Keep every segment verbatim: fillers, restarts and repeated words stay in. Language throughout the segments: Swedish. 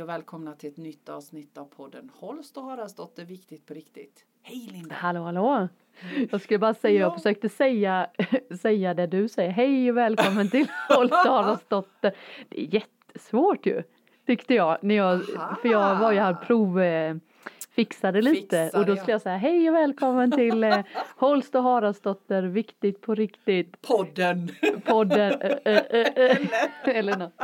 och välkomna till ett nytt avsnitt av podden Holst och Haraldsdotter, viktigt på riktigt. Hej Linda! Hallå, hallå! Jag skulle bara säga, Ja. jag försökte säga, säga det du säger. Hej och välkommen till Holst och Haraldsdotter. Det är jättesvårt ju, tyckte jag. När jag för jag var ju här prov... Eh, fixade lite Fixade, och då skulle jag säga hej och välkommen till eh, Holst och Haraldsdotter, viktigt på riktigt. Podden. Podden. Äh, äh, äh, äh. Eller något.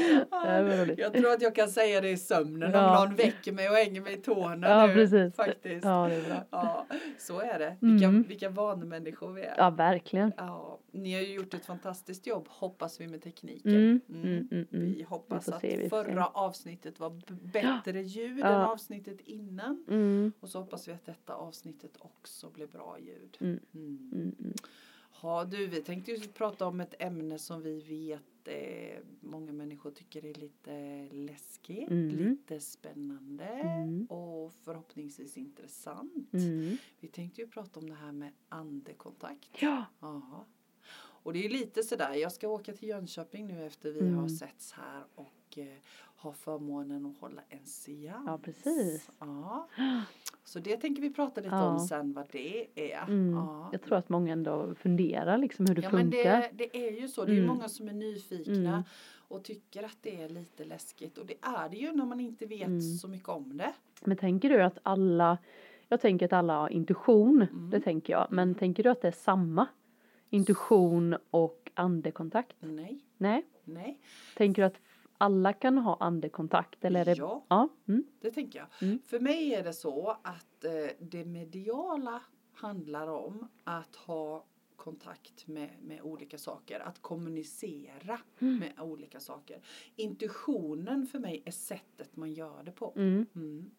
Ja, jag tror att jag kan säga det i sömnen ja. om någon väcker mig och hänger mig i tårna ja, nu. Precis. Faktiskt. Ja, det är bra. Ja, så är det. Vilka, mm. vilka vanemänniskor vi är. Ja, verkligen. Ja, ni har ju gjort ett fantastiskt jobb, hoppas vi, med tekniken. Mm. Mm. Mm, mm, mm. Vi hoppas vi att se, förra avsnittet var b- bättre ljud ja. än avsnittet innan. Mm. Och så hoppas vi att detta avsnittet också blir bra ljud. Mm. Mm. Mm, mm. Ja, du, vi tänkte ju prata om ett ämne som vi vet eh, många människor tycker är lite läskigt, Mm. lite spännande Mm. och förhoppningsvis intressant. Mm. Vi tänkte ju prata om det här med andekontakt. Ja. Aha. Och det är ju lite sådär, jag ska åka till Jönköping nu efter vi Mm. har setts här och eh, har förmånen att hålla en seans. Ja, precis. Ja. Så det tänker vi prata lite ja. om sen, vad det är. Mm. Ja. Jag tror att många ändå funderar liksom hur det ja, funkar. Men det, det är ju så, det är ju Mm. många som är nyfikna Mm. och tycker att det är lite läskigt. Och det är det ju när man inte vet Mm. så mycket om det. Men tänker du att alla, jag tänker att alla har intuition, Mm. det tänker jag. Men Mm. tänker du att det är samma? Intuition och andekontakt? Nej, Nej. nej, Tänker du att alla kan ha andekontakt? Eller är det... ja. Ja. Mm. Det tänker jag. Mm. För mig är det så att eh, det mediala handlar om att ha kontakt med, med olika saker. Att kommunicera Mm. med olika saker. Intuitionen för mig är sättet man gör det på. Mm. Mm.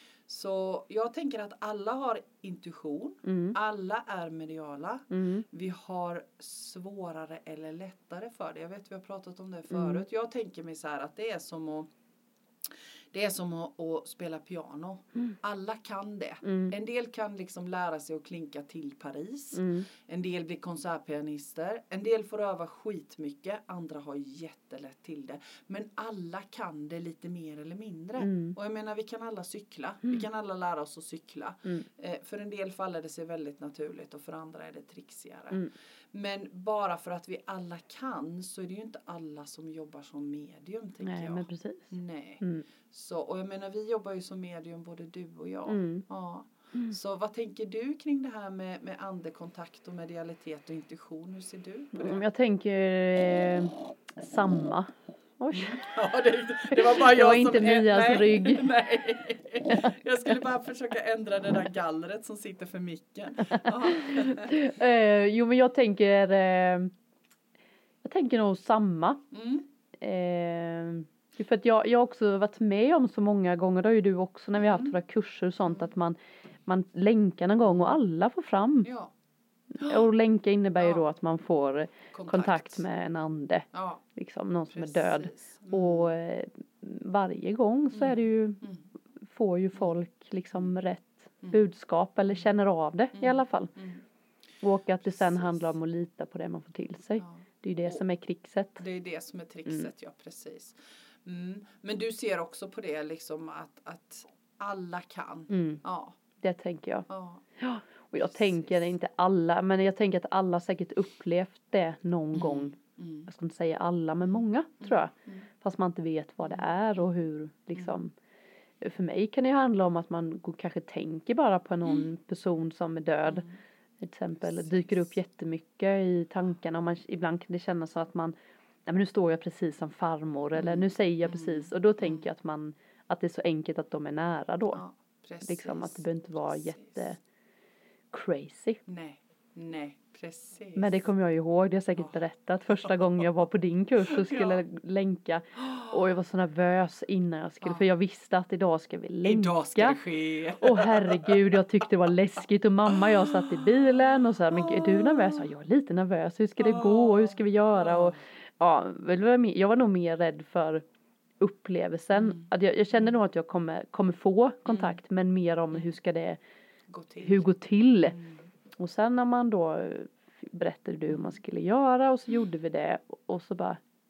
Så jag tänker att alla har intuition. Mm. Alla är mediala. Mm. Vi har svårare eller lättare för det. Jag vet vi har pratat om det Mm. förut. Jag tänker mig så här att det är som att Det är som att, att spela piano. Mm. Alla kan det. Mm. En del kan liksom lära sig att klinka till Paris. Mm. En del blir konsertpianister. En del får öva skitmycket. Andra har jättelätt till det. Men alla kan det lite mer eller mindre. Mm. Och jag menar, vi kan alla cykla. Mm. Vi kan alla lära oss att cykla. Mm. Eh, för en del faller det sig väldigt naturligt. Och för andra är det trixigare. Mm. Men bara för att vi alla kan så är det ju inte alla som jobbar som medium, tänker Nej, jag. men precis. Nej. Mm. Så, och jag menar, vi jobbar ju som medium, både du och jag. Mm. Ja. Mm. Så vad tänker du kring det här med, med andekontakt och medialitet och intuition? Hur ser du på det? Mm, jag tänker eh, samma. Oj. Ja, det, det var bara Det jag var som... inte Mias nej, rygg. Nej. Jag skulle bara försöka ändra det där gallret som sitter för micken. eh, jo, men jag tänker eh, jag tänker nog samma. Mm. Eh, för att jag, jag har också varit med om så många gånger, då är ju du också när vi har haft Mm. våra kurser och sånt, att man, man länkar någon gång och alla får fram. Ja. Och länka innebär ju Ja. då att man får Kontakt. kontakt med en ande, Ja, liksom någon som precis. är död. Mm. Och eh, varje gång så är det ju, Mm. får ju folk liksom rätt Mm. budskap eller känner av det i Mm. alla fall. Mm. Och att det sen Precis. handlar om att lita på det man får till sig. Ja. Det är ju det Och- som är krixet. Det är det som är trixet, ja, precis. Mm. Men du ser också på det liksom att, att alla kan. Mm, Ja, det tänker jag. ja. Och jag Precis. tänker inte alla, men jag tänker att alla säkert upplevt det någon Mm. gång. Mm. Jag ska inte säga alla, men många tror jag. Mm. Fast man inte vet vad det är och hur liksom. För mig kan det handla om att man går, kanske tänker bara på någon Mm. person som är död. Mm. Till exempel Precis. dyker upp jättemycket i tankarna. Och man, ibland kan det kännas som att man, nej men nu står jag precis som farmor. Eller Mm. nu säger jag Mm. precis. Och då Mm. tänker jag att man, att det är så enkelt att de är nära då. Ja, precis. Liksom att det behöver inte vara Precis. jätte crazy. Nej, nej, precis. Men det kommer jag ihåg, det har jag säkert Ja. berättat. Första gången jag var på din kurs och skulle Ja. länka. Och jag var så nervös innan jag skulle, Ja. för jag visste att idag ska vi länka. Idag ska det ske. Åh herregud, jag tyckte det var läskigt. Och mamma och jag satt i bilen och sa, men är du nervös? Ja, jag är lite nervös. Hur ska det gå? Hur ska vi göra? Och ja, jag var nog mer rädd för upplevelsen. Mm. Att jag, jag kände nog att jag kommer, kommer få kontakt. Men mer om hur ska det, Gå till. hur gå till. Mm. Och sen när man då berättade du hur man skulle göra. Och så gjorde vi det. Och så bara, jaha.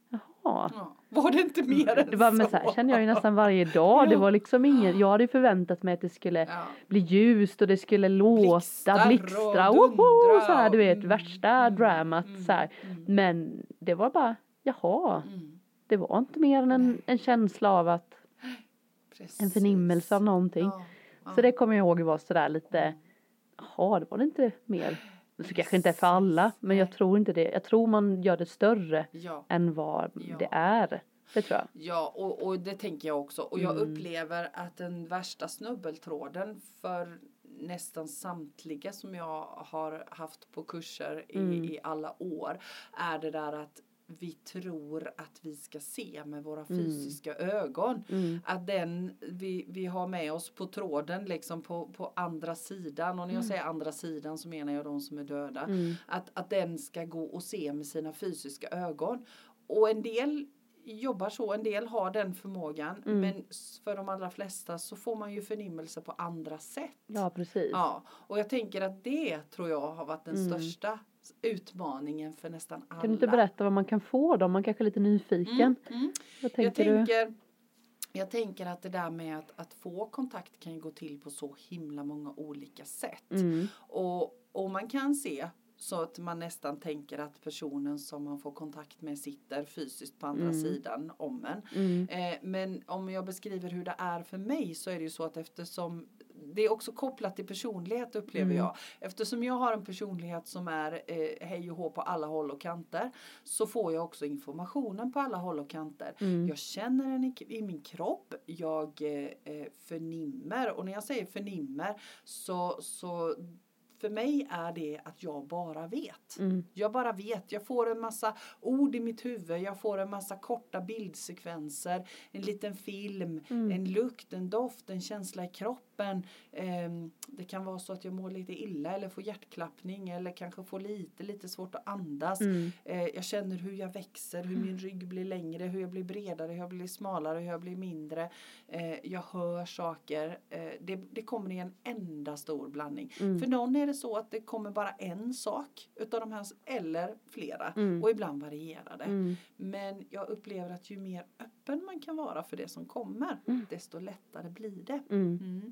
ja. Ja. Var det inte mer än Det var, men så här kände jag ju nästan varje dag. Ja. Det var liksom ingen, jag hade förväntat mig att det skulle Ja. bli ljust och det skulle låta, Blixtar och blixtra, dundra woho, så här, du vet, och- värsta mm, dramat mm, så här. mm, Men det var bara, jaha, mm. det var inte mer än en, Nej. en känsla av att, Precis. en förnimmelse av någonting. Ja, ja. Så det kommer jag ihåg var sådär lite, jaha, det var det inte mer. Så kanske inte är för alla, men jag Nej. tror inte det. Jag tror man gör det större Ja. än vad Ja. det är. Det tror jag. Ja, och, och det tänker jag också. Och jag Mm. upplever att den värsta snubbeltråden för nästan samtliga som jag har haft på kurser i, Mm. i alla år är det där att vi tror att vi ska se med våra fysiska ögon. Mm. Att den vi, vi har med oss på tråden liksom på, på andra sidan. Och när jag säger andra sidan så menar jag de som är döda. Mm. Att, att den ska gå och se med sina fysiska ögon. Och en del jobbar så, en del har den förmågan. Mm. Men för de allra flesta så får man ju förnimmelse på andra sätt. Ja, precis. Ja, och jag tänker att det tror jag har varit den Mm. största utmaningen för nästan alla. Kan du inte berätta vad man kan få då? Man kanske är lite nyfiken. Mm, mm. Vad Jag tänker du? tänker, jag tänker att det där med att, att få kontakt kan ju gå till på så himla många olika sätt. Mm. Och, och man kan se så att man nästan tänker att personen som man får kontakt med sitter fysiskt på andra Mm. sidan om en. Mm. Eh, men om jag beskriver hur det är för mig så är det ju så att eftersom det är också kopplat till personlighet upplever Mm. jag. Eftersom jag har en personlighet som är eh, hej och hå på alla håll och kanter så får jag också informationen på alla håll och kanter. Mm. Jag känner den i, i min kropp, jag eh, förnimmer och när jag säger förnimmer så, så för mig är det att jag bara vet. Mm. Jag bara vet. Jag får en massa ord i mitt huvud. Jag får en massa korta bildsekvenser. En liten film. Mm. En lukt, en doft, en känsla i kroppen. Um, det kan vara så att jag mår lite illa eller får hjärtklappning. Eller kanske får lite, lite svårt att andas. Mm. Uh, jag känner hur jag växer. Hur min rygg blir längre. Hur jag blir bredare. Hur jag blir smalare. Hur jag blir mindre. Uh, jag hör saker. Uh, det, det kommer i en enda stor blandning. Mm. För någon är det så att det kommer bara en sak utav de här eller flera Mm. och ibland varierar det. Mm. Men jag upplever att ju mer öppen man kan vara för det som kommer Mm. desto lättare blir det. Mm. Mm.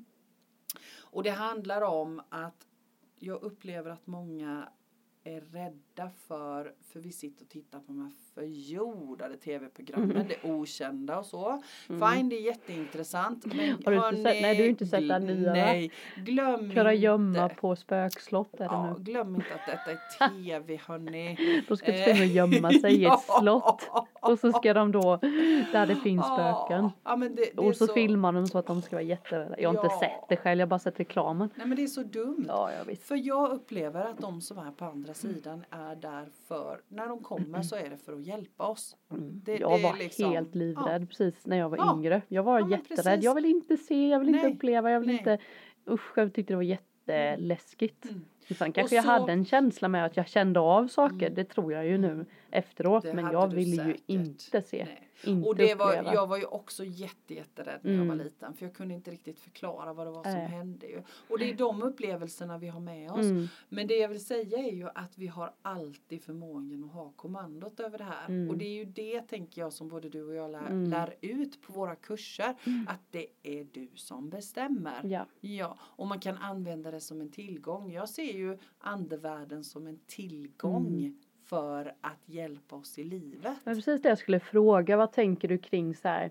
Och det handlar om att jag upplever att många är rädda för, för vi sitter och tittar på de här förjordade tv-programmen, Mm. det okända och så. Mm. Fine, det är jätteintressant. Men Har du inte hörni, sett- nej, du har inte sett gl- den nya, va? Nej, glöm Köra inte. gömma på spökslott är det Ja, nu. glöm inte att detta är tv, hörni. Då ska tvinga gömma sig i ett Ja. slott. Och så ska de då, där det finns spöken. Ja, men det, det är Och så, så filmar de så att de ska vara jätterädda. Jag har inte Ja. sett det själv, jag har bara sett reklamen. Nej, men det är så dumt. Ja, jag visst. För jag upplever att de som är på andra sidan är där för, när de kommer så är det för att hjälpa oss. Mm. Det- jag det är var liksom- helt livrädd precis när jag var Ja. yngre. Jag var Ja, men jätterädd. precis. Jag vill inte se, jag vill inte Nej. uppleva, jag vill Nej. inte. Usch, jag tyckte det var jätteläskigt. Mm. Sen Och kanske jag så- hade en känsla med att jag kände av saker. Mm. Det tror jag ju nu efteråt. Det men hade jag du ville ju säkert. inte se. Nej. Inte Och det var, uppleva. jag var ju också jätte, jätterädd när jag var Mm. liten. För jag kunde inte riktigt förklara vad det var som Nej. hände. Ju. Och det är de upplevelserna vi har med oss. Mm. Men det jag vill säga är ju att vi har alltid förmågan att ha kommandot över det här. Mm. Och det är ju det tänker jag som både du och jag lär, Mm. lär ut på våra kurser. Att det är du som bestämmer. Ja. Ja, och man kan använda det som en tillgång. Jag ser ju andevärlden som en tillgång Mm. för att hjälpa oss i livet. Men precis det jag skulle fråga. Vad tänker du kring så här?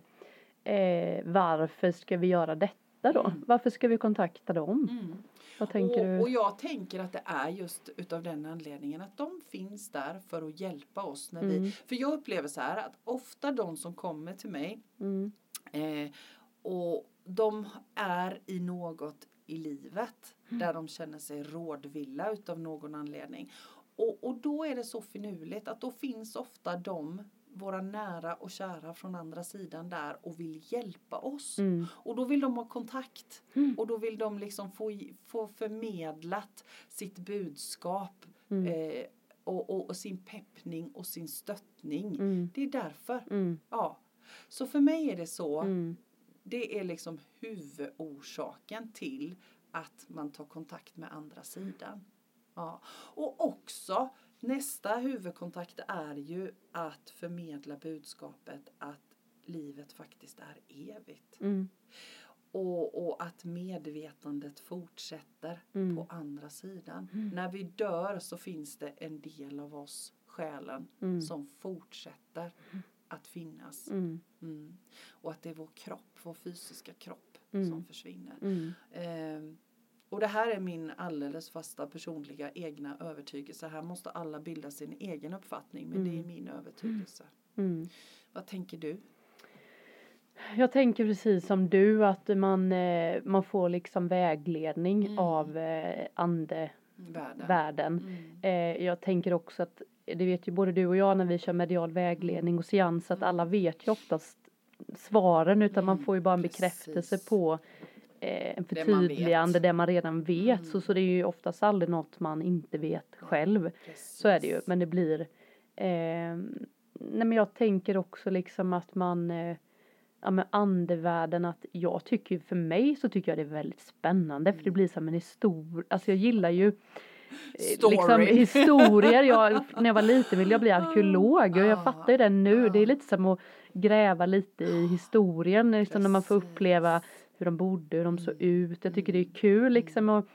Eh, varför ska vi göra detta då? Mm. Varför ska vi kontakta dem? Mm. Vad tänker och, du? och jag tänker att det är just utav den anledningen att de finns där för att hjälpa oss. När Mm. vi, för jag upplever så här att ofta de som kommer till mig Mm. eh, och de är i något i livet Mm. där de känner sig rådvilla utav någon anledning. Och, och då är det så finurligt att då finns ofta de, våra nära och kära från andra sidan där och vill hjälpa oss. Mm. Och då vill de ha kontakt. Mm. Och då vill de liksom få, i- få förmedlat sitt budskap. Mm. Eh, och, och, och sin peppning och sin stöttning. Mm. Det är därför. Mm. Ja. Så för mig är det så. Mm. Det är liksom huvudorsaken till att man tar kontakt med andra sidan. Ja. Och också nästa huvudkontakt är ju att förmedla budskapet att livet faktiskt är evigt. Mm. Och, och att medvetandet fortsätter Mm. på andra sidan. Mm. När vi dör så finns det en del av oss, själen, Mm. som fortsätter att finnas. Mm. Mm. Och att det är vår kropp, vår fysiska kropp Mm. som försvinner. Mm. Eh, och det här är min alldeles fasta personliga egna övertygelse. Här måste alla bilda sin egen uppfattning, men Mm. det är min övertygelse. Mm. Vad tänker du? Jag tänker precis som du att man, eh, man får liksom vägledning Mm. av eh, andevärlden. Världen. Mm. Eh, jag tänker också att, det vet ju både du och jag när vi kör medial vägledning och seans, att alla vet ju oftast svaren, utan Mm. man får ju bara en Precis. bekräftelse på eh, en Det man förtydligande vet. det man redan vet. Mm. Så, så det är ju oftast aldrig något man inte vet själv. Precis. Så är det ju, men det blir eh, nej men jag tänker också liksom att man eh, ja men andevärlden, att jag tycker, för mig så tycker jag det är väldigt spännande, för det blir som en historia, alltså jag gillar ju eh, Story. liksom historier. Jag, när jag var liten ville jag bli arkeolog och jag Ah, fattar ju det nu, ah. det är lite som att gräva lite i historien, liksom när man får Precis. uppleva hur de bodde, hur de såg Mm. ut. Jag tycker det är kul liksom att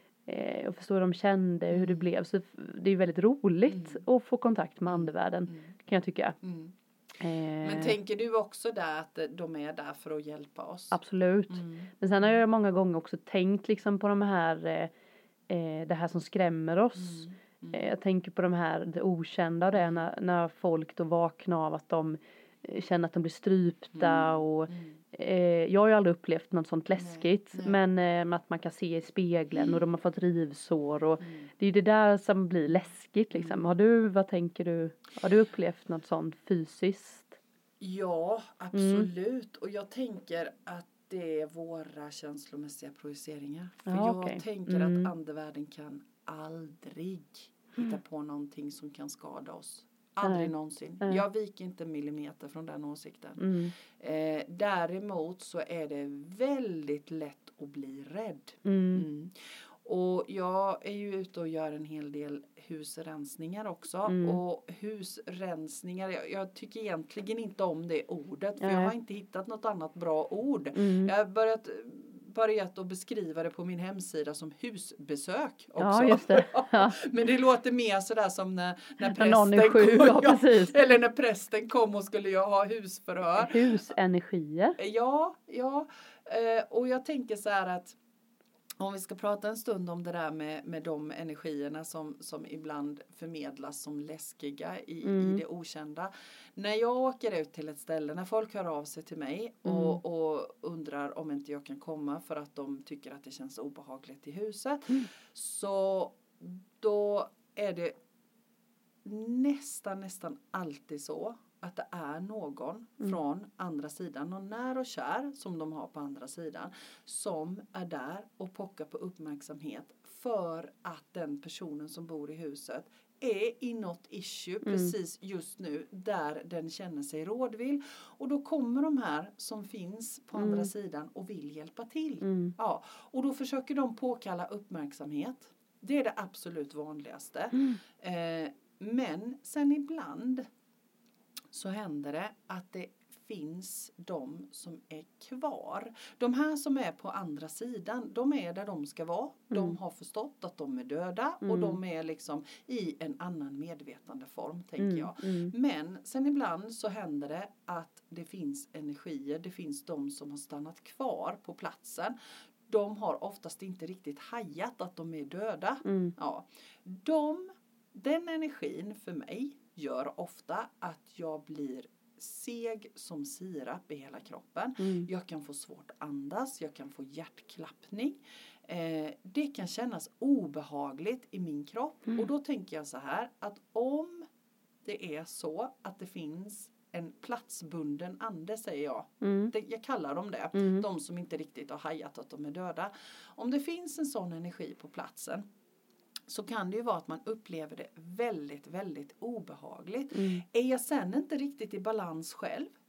eh, och förstå hur de kände, hur det blev, så det är väldigt roligt Mm. att få kontakt med andevärlden, Mm. kan jag tycka. Mm. Eh, Men tänker du också där att de är där för att hjälpa oss? absolut. Mm. Men sen har jag många gånger också tänkt liksom på de här, eh, eh, det här som skrämmer oss. Mm. Mm. Eh, jag tänker på de här, det okända och det, när, när folk då vaknar av att de eh, känner att de blir strypta Mm. och Mm. eh, jag har ju aldrig upplevt något sånt läskigt, Nej, nej. men eh, att man kan se i spegeln och de har fått rivsår och Mm. det är det där som blir läskigt liksom. Mm. Har du, vad tänker du, har du upplevt något sånt fysiskt? Ja, absolut. Och jag tänker att det är våra känslomässiga projiceringar. För Ja, jag okej. tänker Mm. att andevärlden kan aldrig hitta på någonting som kan skada oss. Aldrig Nej. någonsin. Nej. Jag viker inte en millimeter från den åsikten. Mm. Eh, däremot så är det väldigt lätt att bli rädd. Mm. Mm. Och jag är ju ute och gör en hel del husrensningar också. Mm. Och husrensningar, jag, jag tycker egentligen inte om det ordet. För Nej. jag har inte hittat något annat bra ord. Mm. Jag har börjat, börjat att beskriva det på min hemsida som husbesök också. Ja, just det. Ja. Men det låter mer sådär som när, när När någon är prästen sjuk, kom. ja, precis. Eller när prästen kom och skulle jag ha husförhör. Husenergier. Ja, ja. Eh, och jag tänker så här att om vi ska prata en stund om det där med, med de energierna som, som ibland förmedlas som läskiga i, Mm. i det okända. När jag åker ut till ett ställe, när folk hör av sig till mig Mm. och, och undrar om inte jag kan komma för att de tycker att det känns obehagligt i huset. Mm. Så då är det nästan, nästan alltid så att det är någon Mm. från andra sidan, någon när och kär som de har på andra sidan, som är där och pockar på uppmärksamhet för att den personen som bor i huset är i något issue Mm. precis just nu där den känner sig rådvill. Och då kommer de här som finns på Mm. andra sidan och vill hjälpa till. Mm. Ja, och då försöker de påkalla uppmärksamhet. Det är det absolut vanligaste. Mm. Eh, men sen ibland så händer det att det finns de som är kvar. De här som är på andra sidan, de är där de ska vara. Mm. De har förstått att de är döda och Mm. de är liksom i en annan medvetande form, tänker Mm. jag. Mm. Men sen ibland så händer det att det finns energier, det finns de som har stannat kvar på platsen. De har oftast inte riktigt hajat att de är döda. Mm. Ja, de, den energin för mig gör ofta att jag blir seg som sirap i hela kroppen. Mm. Jag kan få svårt att andas, jag kan få hjärtklappning. Eh, det kan kännas obehagligt i min kropp. Mm. Och då tänker jag så här, att om det är så att det finns en platsbunden ande, säger jag. Mm. Det, jag kallar dem det. Mm. De som inte riktigt har hajat att de är döda. Om det finns en sån energi på platsen, så kan det ju vara att man upplever det väldigt, väldigt obehagligt. Mm. Är jag sen inte riktigt i balans själv,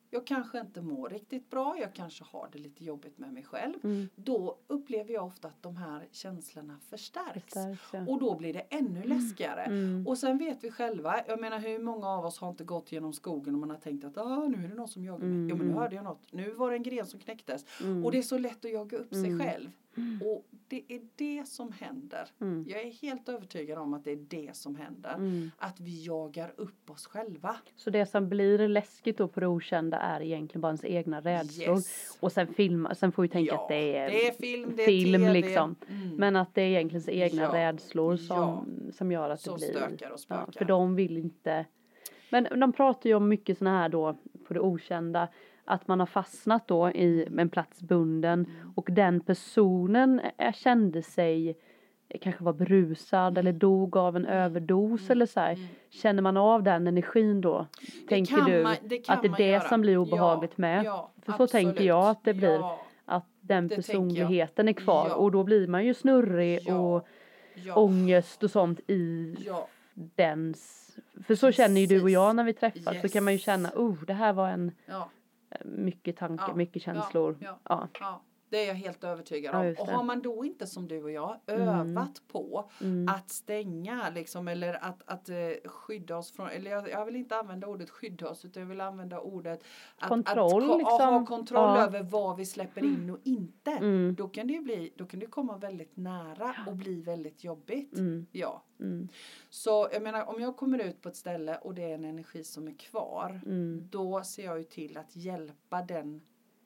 jag kanske inte mår riktigt bra, jag kanske har det lite jobbigt med mig själv. Mm. Då upplever jag ofta att de här känslorna förstärks. Förstärks, ja. Och då blir det ännu läskigare. Mm. Och sen vet vi själva, jag menar hur många av oss har inte gått genom skogen och man har tänkt att ah, nu är det någon som jagar mig. Mm. Jo men nu hörde jag något, nu var det en gren som knäcktes. Mm. Och det är så lätt att jaga upp sig Mm. själv. Och det är det som händer. Mm. Jag är helt övertygad om att det är det som händer. Mm. Att vi jagar upp oss själva. Så det som blir läskigt då på det okända är egentligen bara ens egna rädslor. Yes. Och sen filma, sen får vi tänka Ja, att det är, det är film, det är film T V. liksom. Mm. Men att det är egentligen ens egna Ja. rädslor som, Ja. som gör att Som det blir. stökar och spökar. Ja, för de vill inte. Men de pratar ju om mycket såna här då på det okända. Att man har fastnat då i en plats bunden. Mm. Och den personen är, kände sig kanske var berusad Mm. eller dog av en överdos Mm. eller så här. Mm. Känner man av den energin då? Tänker kan du man- det kan att det är man det göra. som blir obehagligt Ja, med? ja, För så tänker absolut. jag att det blir. Ja, Att den det tänker jag. personligheten är kvar. Ja. Och då blir man ju snurrig Ja. och ja, ångest och sånt i ja, dens. För så känner ju du och jag när vi träffas. Så Yes. kan man ju känna, oh det här var en ja, mycket tankar, Ja, mycket känslor. ja, Ja. ja. Det är jag helt övertygad Ja, om. just Och det. har man då inte som du och jag Mm. övat på Mm. att stänga liksom, eller att, att eh, skydda oss från, eller jag, jag vill inte använda ordet skydda oss utan jag vill använda ordet att, Kontroll, att, ko- liksom. ha kontroll Ja. över vad vi släpper in och inte. Mm. Då kan det ju bli, då kan det komma väldigt nära och bli väldigt jobbigt. Mm. Ja. Mm. Så jag menar om jag kommer ut på ett ställe och det är en energi som är kvar. Mm. Då ser jag ju till att hjälpa den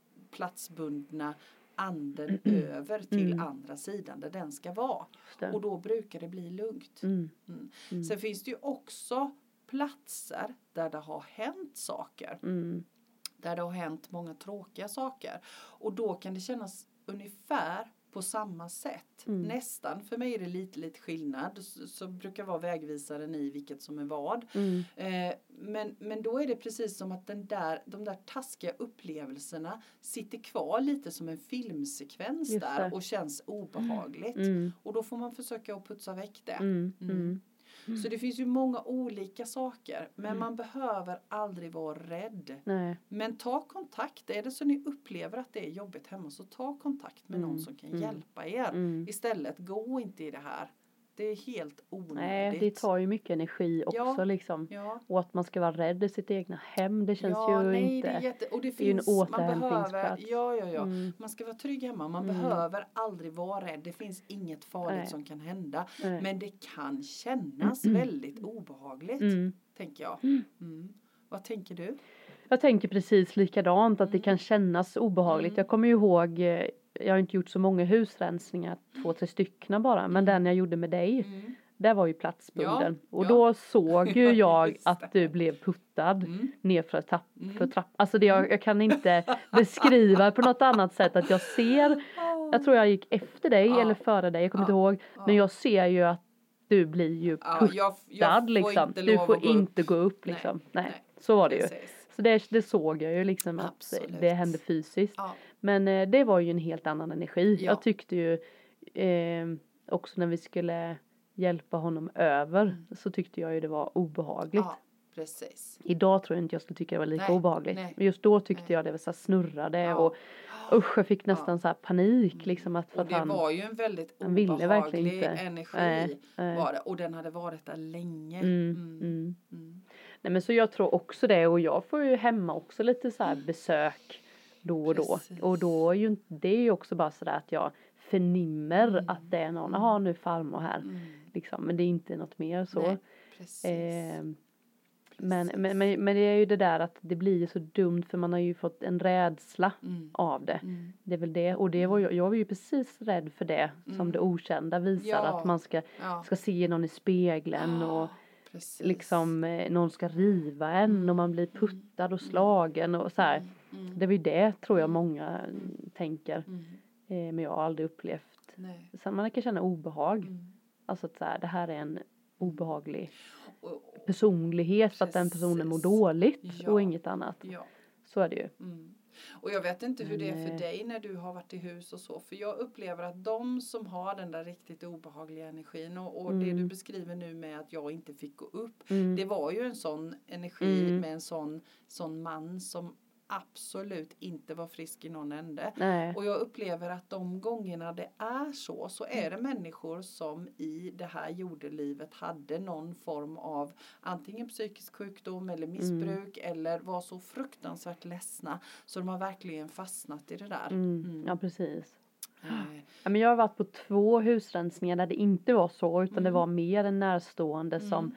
platsbundna anden över till Mm. andra sidan där den ska vara. Just det. Och då brukar det bli lugnt. Mm. Mm. Mm. Sen finns det ju också platser där det har hänt saker. Mm. Där det har hänt många tråkiga saker. Och då kan det kännas ungefär på samma sätt. Mm. Nästan. För mig är det lite, lite skillnad. Så, så brukar vara vägvisaren i vilket som är vad. Mm. Eh, men, men då är det precis som att den där, de där taskiga upplevelserna sitter kvar lite som en filmsekvens Just där det. och känns obehagligt. Mm. Och då får man försöka att putsa väck det. Mm. Mm. Mm. Så det finns ju många olika saker. Men Mm. man behöver aldrig vara rädd. Nej. Men ta kontakt. Är det så ni upplever att det är jobbigt hemma så ta kontakt med Mm. någon som kan Mm. hjälpa er. Mm. Istället gå inte i det här. Det är helt onödigt. Nej, det tar ju mycket energi också Ja. liksom. Ja. Och att man ska vara rädd i sitt egna hem, det känns ja, ju nej, inte. Det är jätte, och det det är ju en finns, man återhämtningsplats. behöver, ja, ja, ja. Mm. Man ska vara trygg hemma. Man Mm. behöver aldrig vara rädd. Det finns inget farligt Nej. som kan hända. Nej. Men det kan kännas väldigt obehagligt. Mm. Tänker jag. Mm. Mm. Vad tänker du? Jag tänker precis likadant, att det Mm. kan kännas obehagligt. Mm. Jag kommer ju ihåg, eh, jag har inte gjort så många husrensningar, två, tre stycken bara. Men den jag gjorde med dig, Mm. där var ju platsbunden. Ja, Och ja. då såg ju jag Just det. att du blev puttad Mm. ner för, trapp, Mm. för trapp. Alltså det, jag, jag kan inte beskriva på något annat sätt att jag ser, jag tror jag gick efter dig Ja. eller före dig, jag kommer Ja. inte ihåg. Ja. Men jag ser ju att du blir ju Ja, puttad jag, jag får liksom. inte Du lov får att gå inte upp. gå upp Nej, liksom. Nej, nej. så var det ju. Precis. Så det, det såg jag ju liksom att Absolut. det hände fysiskt. Ja. Men eh, det var ju en helt annan energi. Ja. Jag tyckte ju eh, också när vi skulle hjälpa honom över Mm. så tyckte jag ju det var obehagligt. Ja, precis. Idag tror jag inte jag skulle tycka det var lika Nej, obehagligt. nej. Men just då tyckte Nej. jag det var så här snurrade Ja. och usch jag fick nästan Ja. så här panik Mm. liksom att för Och att det han, var ju en väldigt han ville verkligen obehaglig inte. energi. Nej, nej. Var det. Och den hade varit där länge. Mm, Mm. mm. Mm. Nej men så jag tror också det och jag får ju hemma också lite så här besök då och då. Precis. Och då är ju inte, det är ju också bara sådär att jag förnimmer Mm. att det är någon, Mm. jaha nu är farmor här. Mm. Liksom, men det är inte något mer så. Nej, precis. Eh, men, Precis. men, men, men det är ju det där att det blir ju så dumt för man har ju fått en rädsla Mm. av det. Mm. Det är väl det. Och det var ju, jag var ju precis rädd för det som Mm. det okända visar. Ja. Att man ska, Ja. ska se någon i spegeln och Precis. liksom eh, någon ska riva en Mm. och man blir puttad och slagen och så här. Mm. Mm. Det var ju det tror jag många mm, tänker. Mm. Eh, men jag har aldrig upplevt. Nej. Så man kan känna obehag. Mm. Alltså att så här, det här är en obehaglig Och- och- personlighet för att den personen mår Precis. dåligt Ja. och inget annat. Ja. Så är det ju. Mm. Och jag vet inte hur det är Men, för eh, dig när du har varit i hus och så. För jag upplever att de som har den där riktigt obehagliga energin och, och det Mm. du beskriver nu med att jag inte fick gå upp. Mm. Det var ju en sån energi Mm. med en sån, sån man som absolut inte vara frisk i någon ände. Nej. Och jag upplever att de gångerna det är så, så är det människor som i det här jordelivet hade någon form av antingen psykisk sjukdom eller missbruk mm. eller var så fruktansvärt ledsna så de har verkligen fastnat i det där. Mm. Mm. Ja, precis. Mm. Ja, men jag har varit på två husrensningar där det inte var så utan mm. det var mer en närstående Mm. som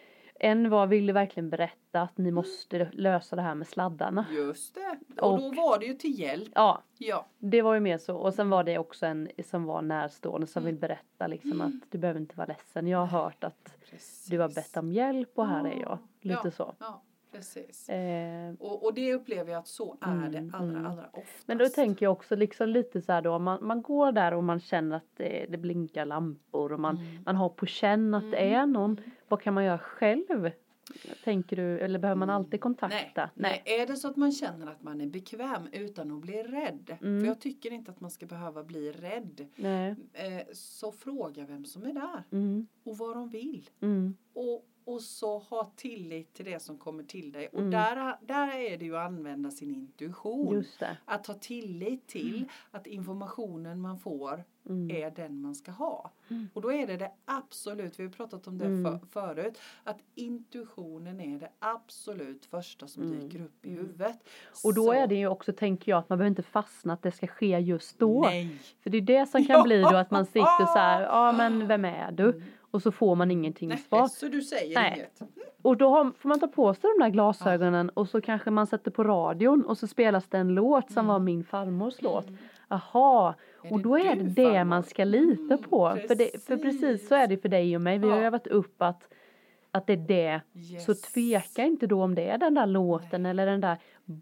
en var ville verkligen berätta att ni måste lösa det här med sladdarna. Just det. Och, och då var det ju till hjälp. Ja, ja. Det var ju mer så. Och sen var det också en som var närstående som mm. vill berätta liksom att du behöver inte vara ledsen. Jag har hört att Precis. Du har bett om hjälp och här är jag. Lite ja. så. Ja. Precis. Eh, och, och det upplever jag att så är mm, det allra, mm. allra oftast. Men då tänker jag också liksom lite så här då. Man, man går där och man känner att det, det blinkar lampor. Och man, mm. man har på känn att det är någon. Vad kan man göra själv? Tänker du, eller behöver man alltid kontakta? Nej, nej. Är det så att man känner att man är bekväm utan att bli rädd. Mm. För jag tycker inte att man ska behöva bli rädd. Nej. Eh, så fråga vem som är där. Mm. Och vad de vill. Mm. Och, och så ha tillit till det som kommer till dig. Och Mm. där, där är det ju att använda sin intuition. Just det. Att ha tillit till mm. att informationen man får mm. är den man ska ha. Mm. Och då är det det absolut, vi har pratat om det mm. för, förut, att intuitionen är det absolut första som mm. dyker upp i huvudet. Och då så. är det ju också, tänker jag, att man behöver inte fastna att det ska ske just då. Nej. För det är det som kan bli då att man sitter så här, ja men vem är du? Mm. Och så får man ingenting Nej, svar. så du säger Nej. inget. Och då har, får man ta på sig de där glasögonen ja. Och så kanske man sätter på radion och så spelas det en låt som mm. var min farmors låt. Mm. Aha, och då är det det farmor? Man ska lita mm, på. Precis. För, det, för precis så är det för dig och mig. Vi ja. Har övat upp att, att det är det. Yes. Så tveka inte då om det är den där låten Nej. Eller den där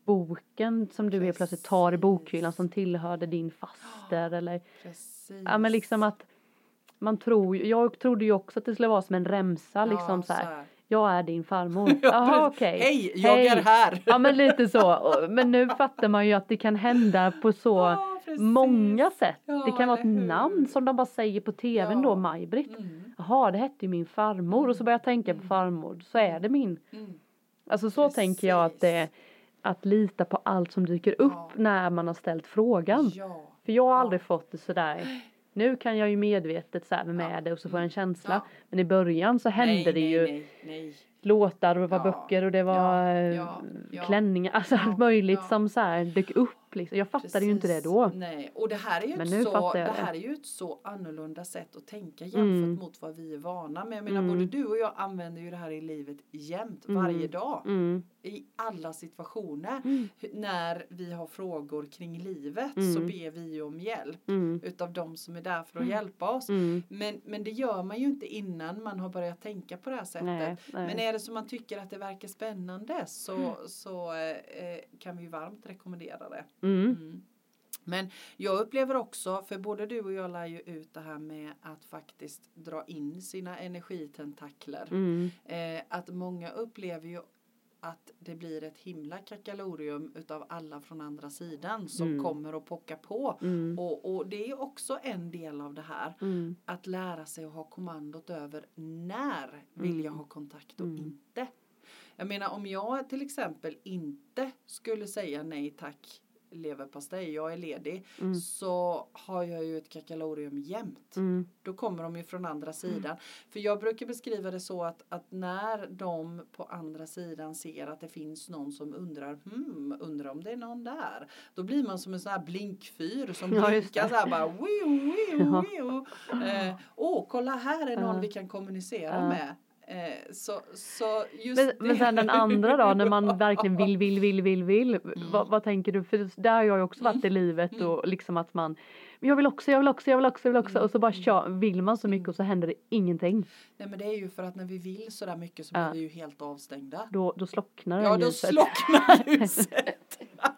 boken som du helt plötsligt tar i bokhyllan som tillhörde din faster. Oh, eller, ja men liksom att man tror, jag trodde ju också att det skulle vara som en remsa ja, liksom så här. Så här. Jag är din farmor. Jaha okej. Okay. Hej, jag Hej. Är här. Ja men lite så. Men nu fattar man ju att det kan hända på så ja, många sätt. Ja, det kan vara ett namn som de bara säger på tvn ja. Då, Maj-Britt. Mm. Jaha, det hette ju min farmor. Mm. Och så börjar jag tänka på farmor. Så är det min. Mm. Alltså så precis. Tänker jag att det är att lita på allt som dyker upp ja. När man har ställt frågan. Ja. För jag har aldrig ja. Fått det sådär. Nu kan jag ju medvetet så här med ja. Det och så får jag en känsla. Ja. Men i början så hände nej, det ju nej, nej. Låtar och det var ja. Böcker och det var ja. Ja. Ja. klänningar. Alltså allt möjligt ja. Som så här dök upp. Liksom. Jag fattade precis. Ju inte det då. Nej, och det här är ju, ett så, det här är ju ett så annorlunda sätt att tänka jämfört mm. mot vad vi är vana med. Jag menar, mm. både du och jag använder ju det här i livet jämt, mm. varje dag. Mm. I alla situationer. Mm. När vi har frågor kring livet mm. så ber vi ju om hjälp. Mm. Utav de som är där för att mm. hjälpa oss. Mm. Men, men det gör man ju inte innan man har börjat tänka på det här sättet. Nej, nej. Men är det som man tycker att det verkar spännande så, mm. så eh, kan vi ju varmt rekommendera det. Mm. Mm. Men jag upplever också, för både du och jag lär ju ut det här med att faktiskt dra in sina energitentakler. Mm. Eh, att många upplever ju att det blir ett himla kakalorium utav alla från andra sidan som mm. kommer och pockar på. Mm. Och, och det är också en del av det här. Mm. Att lära sig att ha kommandot över när vill jag ha kontakt och mm. inte. Jag menar om jag till exempel inte skulle säga nej tack leverpastej, jag är ledig mm. så har jag ju ett kakalorium jämt. Mm. Då kommer de ju från andra sidan. Mm. För jag brukar beskriva det så att, att när de på andra sidan ser att det finns någon som undrar, hmm, undrar om det är någon där. Då blir man som en sån här blinkfyr som ja, blinkar så här bara, wiu, wiu, ja. wiu. Eh, åh, kolla här är någon ja. Vi kan kommunicera ja. Med. Eh, så, så just men, det. men sen den andra då, när man verkligen vill, vill, vill, vill, vill. Mm. Vad, vad tänker du? För där har jag ju också varit i livet mm. och liksom att man, jag vill också, jag vill också, jag vill också, jag vill också. Och så bara kör, vill man så mycket och så händer det ingenting. Nej men det är ju för att när vi vill så där mycket så blir ja. Vi ju helt avstängda. Då, då slocknar ja, det då slocknar ljuset.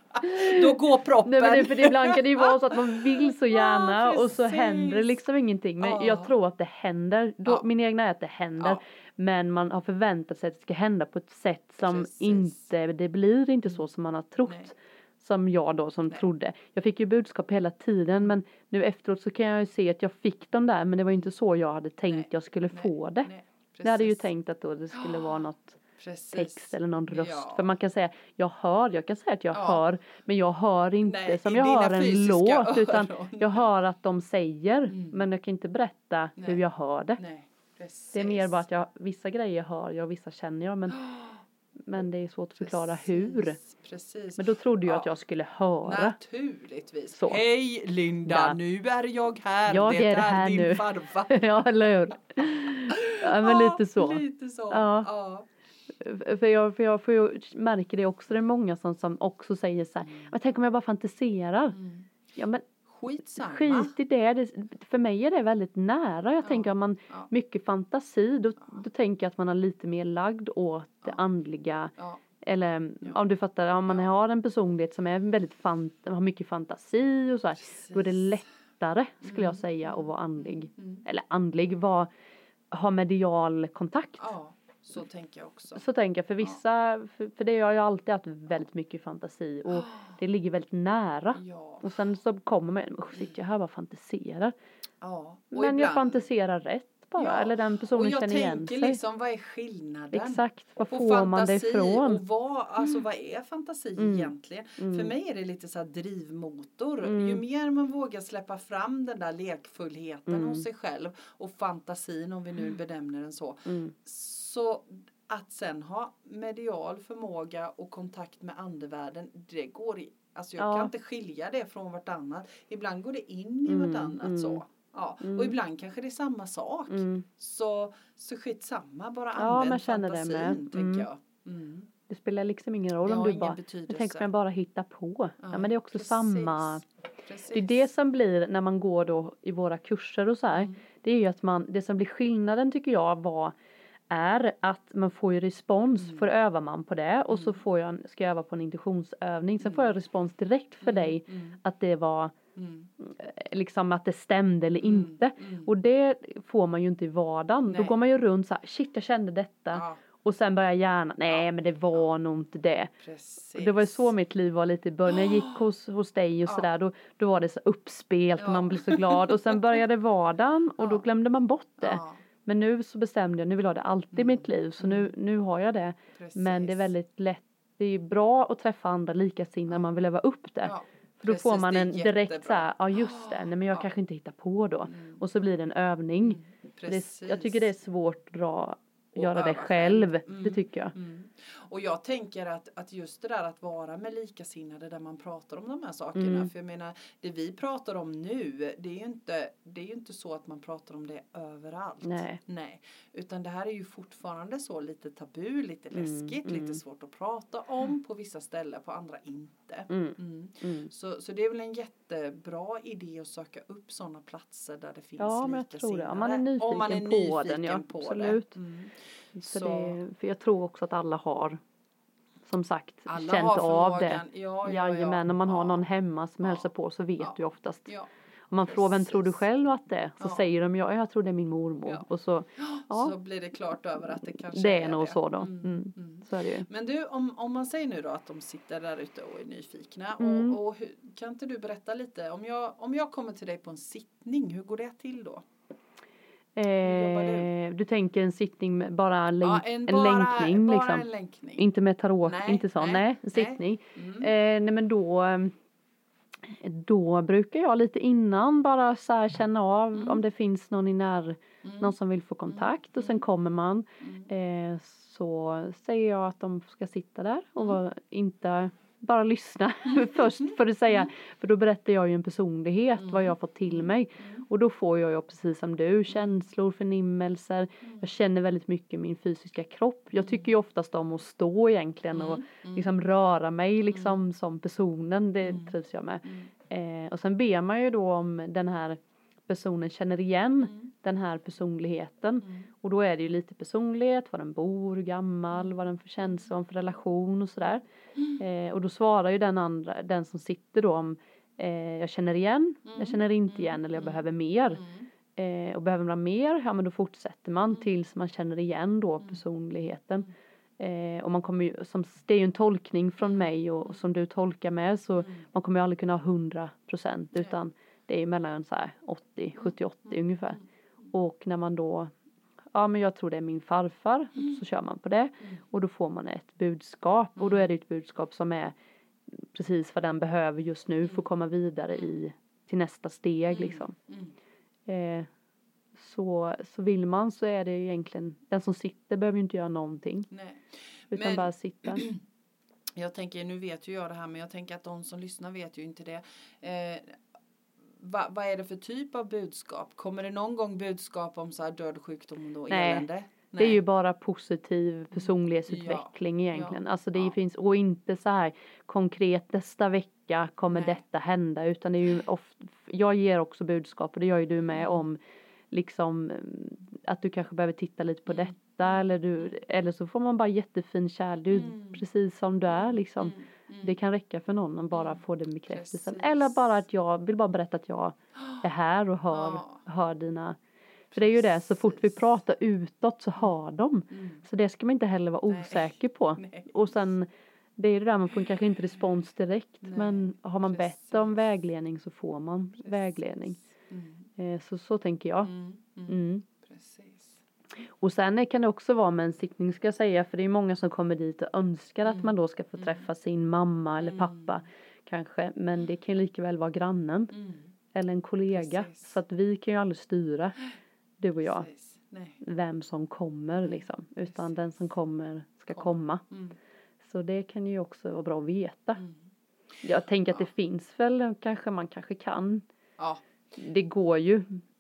Då går proppen. Nej, men det, för ibland kan det ju vara så att man vill så gärna ja, och så händer det liksom ingenting. Men ja. Jag tror att det händer. Då, ja. Min egna är att det händer. Ja. Men man har förväntat sig att det ska hända på ett sätt som precis. Inte, det blir inte så som man har trott. Nej. Som jag då som Nej. Trodde. Jag fick ju budskap hela tiden men nu efteråt så kan jag ju se att jag fick dem där men det var inte så jag hade tänkt Nej. Jag skulle Nej. få det. Nej. Jag hade ju tänkt att då det skulle vara något Precis. text eller någon röst. Ja. För man kan säga, jag hör, jag kan säga att jag Ja. hör, men jag hör inte Nej, som i jag dina hör en fysiska låt, utan öron. jag hör att de säger, Mm. men jag kan inte berätta Nej. hur jag hör det. Nej, precis. Det är mer bara att jag, vissa grejer hör jag och vissa känner jag, men, men det är svårt att förklara Precis, hur. Precis. Men då trodde jag Ja. att jag skulle höra. Naturligtvis. Så. Hej Linda, Ja. nu är jag här. Jag det är här din nu. farfar. Ja, eller hur? Ja, men Ja, lite så. Lite så. Ja. Ja. För jag, för jag, för jag märker det också, det är många som, som också säger så här, Mm. men tänk om jag bara fantiserar. Mm. Ja, men Skitsamma. skit i det. det. För mig är det väldigt nära. Jag Ja. tänker om man Ja. mycket fantasi, då, Ja. då tänker jag att man har lite mer lagd åt det Ja. andliga. Ja. Eller Ja. om du fattar, om man Ja. har en personlighet som är väldigt fant, har mycket fantasi och så här, då är det Precis. lättare skulle jag Mm. säga att vara andlig. Mm. Eller andlig, vara, ha medial kontakt. Ja, så tänker jag också. Så tänker jag, för vissa, för, för det har jag alltid haft väldigt mycket fantasi och det ligger väldigt nära. Ja. Och sen så kommer man, usch, sitter jag här och bara fantiserar. Ja. Och Men jag ibland- fantiserar rätt bara, Ja. eller den Och personen jag känner igen tänker sig. liksom, vad är skillnaden? Exakt, var På får man det fantasi ifrån? och vad, alltså vad är fantasi Mm. egentligen? Mm. För mig är det lite så här drivmotor. Mm. Ju mer man vågar släppa fram den där lekfullheten Mm. hos sig själv och fantasin, om vi nu benämner den så. Mm. Så att sen ha medial förmåga och kontakt med andevärlden, det går i, alltså jag Ja. kan inte skilja det från vartannat. Ibland går det in i Mm, vartannat mm. så. Ja. Mm. Och ibland kanske det är samma sak. Mm. Så, så skitsamma, bara Ja, använd man känner det fantasin, med. tänker Mm. jag. Mm. Det spelar liksom ingen roll Det om har du ingen bara, betydelse. jag tänker om jag bara hittar på. Ja, men det är också precis. samma. Precis. Det är det som blir när man går då i våra kurser och så här. Mm. Det är ju att man, det som blir skillnaden tycker jag var, är att man får ju respons, Mm. för övar man på det och så Mm. får jag, ska jag öva på en intuitionsövning, sen Mm. får jag respons direkt för Mm, dig mm, att det var mm, liksom att det stämde eller mm, inte. mm. Och det får man ju inte i vardagen. Då Nej. går man ju runt så här, shit jag kände detta. Ja, Och sen börjar hjärnan, nej Ja. men det var nog inte det. precis. Och det var ju så mitt liv var lite i början. När jag gick hos, hos dig och Ja. sådär, då, då var det så uppspelt, Ja. man blev så glad. Och sen började vardagen och då Ja. glömde man bort det. Ja, Men nu så bestämde jag, nu vill jag ha det alltid i Mm. mitt liv. Så nu, nu har jag det. precis. Men det är väldigt lätt, det är bra att träffa andra likasinnade när man vill öva upp det. Ja, För då precis, får man det är en direkt jättebra. så här, ja just det, nej men jag Ja. kanske inte hittar på då. Mm. Och så blir det en övning. Mm, Det, precis. jag tycker det är svårt att dra, Och göra det öva själv. själv. Mm. Det tycker jag. Mm. Och jag tänker att, att just det där att vara med likasinnade där man pratar om de här sakerna. Mm. För jag menar, det vi pratar om nu, det är ju inte, det är ju inte så att man pratar om det överallt. Nej. Nej. Utan det här är ju fortfarande så lite tabu, lite Mm, läskigt, mm. lite svårt att prata om på vissa ställen, på andra inte. Mm. Mm. Mm. Så, så det är väl en jättebra idé att söka upp sådana platser där det finns Ja, men jag tror det. Om man är likasinnade. nyfiken, Om man är på nyfiken den, ja. på Absolut. det. Mm. Så Så- det, för jag tror också att alla har, som sagt, Alla känt har av det. förmågan. Ja, ja, Jajamän, ja. om man har Ja. någon hemma som Ja. hälsar på så vet Ja. du oftast. Ja. Om man frågar vem tror du Precis. själv att det är? Så Ja. säger de ja, jag tror det är min mormor. Ja. Och så, ja, Så blir det klart över att det kanske det är nog så då. Mm. Mm. Mm. Så är det ju. Men du, om, om man säger nu då att de sitter där ute och är nyfikna. Mm. Och, och hur, kan inte du berätta lite? Om jag, om jag kommer till dig på en sittning, hur går det till då? jobbar Eh, du tänker en sittning med bara länk, Ja, en, bara, länkning bara liksom. en länkning. Inte med tarot, Nej, inte så, nej, nej, en nej. sittning. Mm. Eh, nej men då, eh, då brukar jag lite innan bara så här känna av Mm. om det finns någon i när, Mm. någon som vill få kontakt och sen kommer man. Mm. Eh, så säger jag att de ska sitta där och Mm. vara, inte bara lyssna först för att säga, för då berättar jag ju en personlighet Mm. vad jag har fått till mig. Mm. Och då får jag ju precis som du känslor, förnimmelser. Mm. Jag känner väldigt mycket min fysiska kropp. Jag tycker ju oftast om att stå egentligen och Mm. Mm. liksom röra mig liksom som personen. Det Mm. trivs jag med. Mm. Eh, och sen ber man ju då om den här personen känner igen Mm. den här personligheten. Mm. Och då är det ju lite personlighet, var den bor, hur gammal, vad den för känsla, vad den för relation och sådär. Eh, och då svarar ju den andra, den som sitter då om eh, jag känner igen, Mm. jag känner inte Mm. igen eller jag Mm. behöver mer. Mm. Eh, och behöver man mer, ja men då fortsätter man Mm. tills man känner igen då Mm. personligheten. Eh, och man kommer ju, som, det är ju en tolkning från mig och, och som du tolkar med så Mm. man kommer ju aldrig kunna ha hundra procent Nej. utan det är mellan så här åttio, sjuttio, åttio Mm. ungefär. Mm. Och när man då ja men jag tror det är min farfar. Mm. Så kör man på det. Mm. Och då får man ett budskap. Mm. Och då är det ett budskap som är precis vad den behöver just nu. För Mm. att komma vidare i, till nästa steg Mm. liksom. Mm. Eh, så, så vill man så är det ju egentligen, den som sitter behöver ju inte göra någonting. Nej. Utan Men- bara sitta. Jag tänker, nu vet ju jag det här, men jag tänker att de som lyssnar vet ju inte det. Eh, vad, vad är det för typ av budskap? Kommer det någon gång budskap om så här död, sjukdom och Nej. elände? Det är ju bara positiv personlighetsutveckling Ja, egentligen. ja, Alltså det ja. finns, och inte så här konkret nästa vecka kommer Nej. detta hända. Utan det är ju ofta, jag ger också budskap och det gör ju du med Mm. om liksom att du kanske behöver titta lite på Mm. detta. Eller, du, eller så får man bara jättefin kärlek, du är Mm. precis som du är liksom. Mm, mm. Det kan räcka för någon att bara Mm. få den bekräftelsen. Precis. Eller bara att jag vill bara berätta att jag är här och hör, Ja. hör dina. För det är ju det, så fort vi Precis. pratar utåt så hör de. Mm. Så det ska man inte heller vara Nej. osäker på. Nej. Och sen, det är ju det där, man får kanske inte respons direkt. Nej, Men har man precis. bett om vägledning så får man Precis. vägledning. Mm. Eh, så, så tänker jag. Mm. Mm. Mm. Precis. Och sen kan det också vara med en sittning ska jag säga. För det är många som kommer dit och önskar att Mm. man då ska få Mm. träffa sin mamma eller Mm. pappa. Kanske. Men det kan ju lika väl vara grannen. Mm. Eller en kollega. Precis. Så att vi kan ju aldrig styra, du och jag, Precis. Nej. vem som kommer liksom. Utan den som kommer ska Kom. komma. Mm. Så det kan ju också vara bra att veta. Mm. Jag tänker att Ja. det finns väl, kanske man kanske kan. Ja. Det går ju.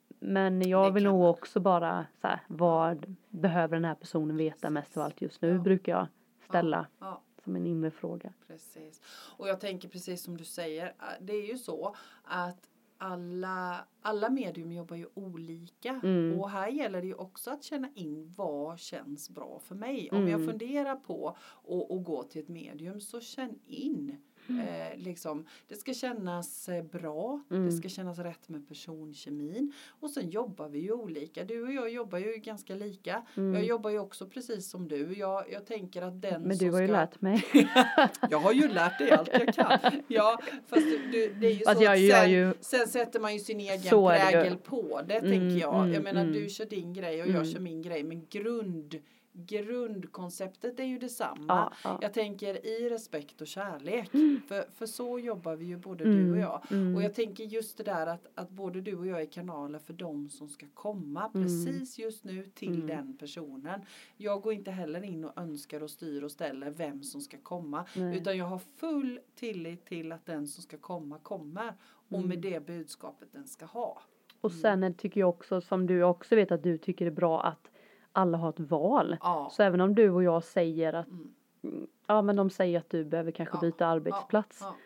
Men jag Det vill kan nog man. också bara så här, vad behöver den här personen veta mest av allt just nu? Ja. Brukar jag ställa Ja. som en inre fråga. Precis. Och jag tänker precis som du säger, det är ju så att alla, alla medium jobbar ju olika. Mm. Och här gäller det ju också att känna in vad känns bra för mig. Om jag Mm. funderar på att att gå till ett medium, så känn in. Eh, liksom, det ska kännas eh, bra, Mm. det ska kännas rätt med personkemin. Och sen jobbar vi ju olika. Du och jag jobbar ju ganska lika. Mm. Jag jobbar ju också precis som du. Jag, jag tänker att den Men som du har ju ska... lärt mig. Jag har ju lärt dig allt jag kan. Ja, fast du, det är ju Fast så jag att gör sen, ju- sen sätter man ju sin egen Så är det ju. prägel på det, Mm, tänker jag. mm, Jag menar, mm. du kör din grej och Mm. jag kör min grej. Men grund, grundkonceptet är ju detsamma. Ja, ja. Jag tänker i respekt och kärlek. För, för så jobbar vi ju både Mm, du och jag. mm. Och jag tänker just det där att, att både du och jag är kanaler för dem som ska komma Mm. precis just nu till Mm. den personen. Jag går inte heller in och önskar och styr och ställer vem som ska komma. Nej. Utan jag har full tillit till att den som ska komma kommer. Och Mm. med det budskapet den ska ha. Och sen är- tycker jag också, som du också vet att du tycker det är bra att alla har ett val. Ja. Så även om du och jag säger att, Mm. ja men de säger att du behöver kanske Ja, byta arbetsplats. Ja,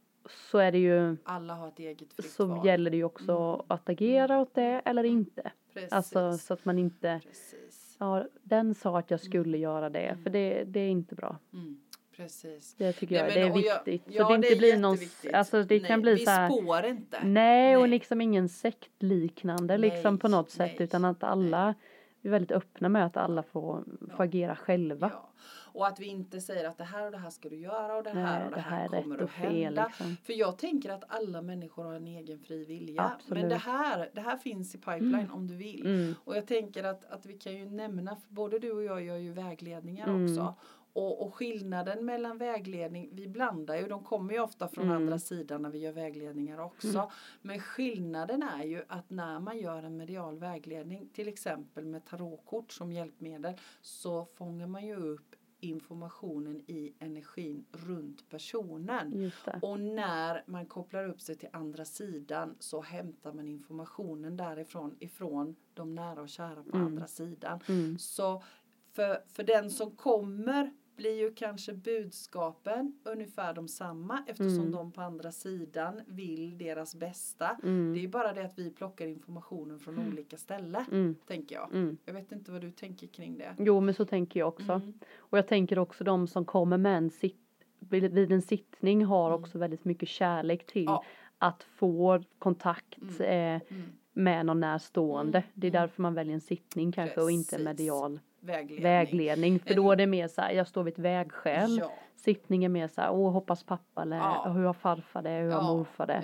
Så är det ju, alla har ett eget fritt så val. gäller det ju också Mm. att agera åt det eller inte. Precis. Alltså så att man inte, Precis. ja den sa att jag skulle göra det. Mm. För det, det är inte bra. Mm. Precis. Det tycker Nej, jag, men- det är och jag- viktigt. ja, så det inte är blir någon, jätteviktigt. alltså det Nej, kan bli vi så här. spår inte. Nej, och Nej. liksom ingen sektliknande liksom Nej, på något sätt. nej, Utan att alla, vi är väldigt öppna med att alla får, Ja. får agera själva. Ja. Och att vi inte säger att det här och det här ska du göra och det här Nej, och det det här, här är kommer rätt att och fel hända. liksom. För jag tänker att alla människor har en egen fri vilja. Absolut. Men det här, det här finns i pipeline om du vill. Mm. Och jag tänker att, att vi kan ju nämna, för både du och jag gör ju vägledningar Mm. också. Och, och skillnaden mellan vägledning, vi blandar ju, de kommer ju ofta från Mm. andra sidan när vi gör vägledningar också. Mm. Men skillnaden är ju att när man gör en medial vägledning, till exempel med tarotkort som hjälpmedel, så fångar man ju upp informationen i energin runt personen. Just det. Och när man kopplar upp sig till andra sidan så hämtar man informationen därifrån ifrån de nära och kära på Mm. andra sidan. Mm. Så för, för den som kommer blir ju kanske budskapen ungefär de samma eftersom Mm. de på andra sidan vill deras bästa. Mm. Det är bara det att vi plockar informationen från olika ställen, Mm. tänker jag. Mm. Jag vet inte vad du tänker kring det. Jo, men så tänker jag också. Mm. Och jag tänker också de som kommer med en sitt, vid vid en sittning har Mm. också väldigt mycket kärlek till Ja. att få kontakt Mm. eh, Mm. med någon närstående. Mm. Det är Mm. därför man väljer en sittning kanske och inte Precis. medial Vägledning. vägledning. För En- då är det mer så här, jag står vid ett vägskäl. Ja. Sittning är mer så här, åh hoppas pappa eller Ja. hur har farfar det, hur har Ja. morfar det. Ja.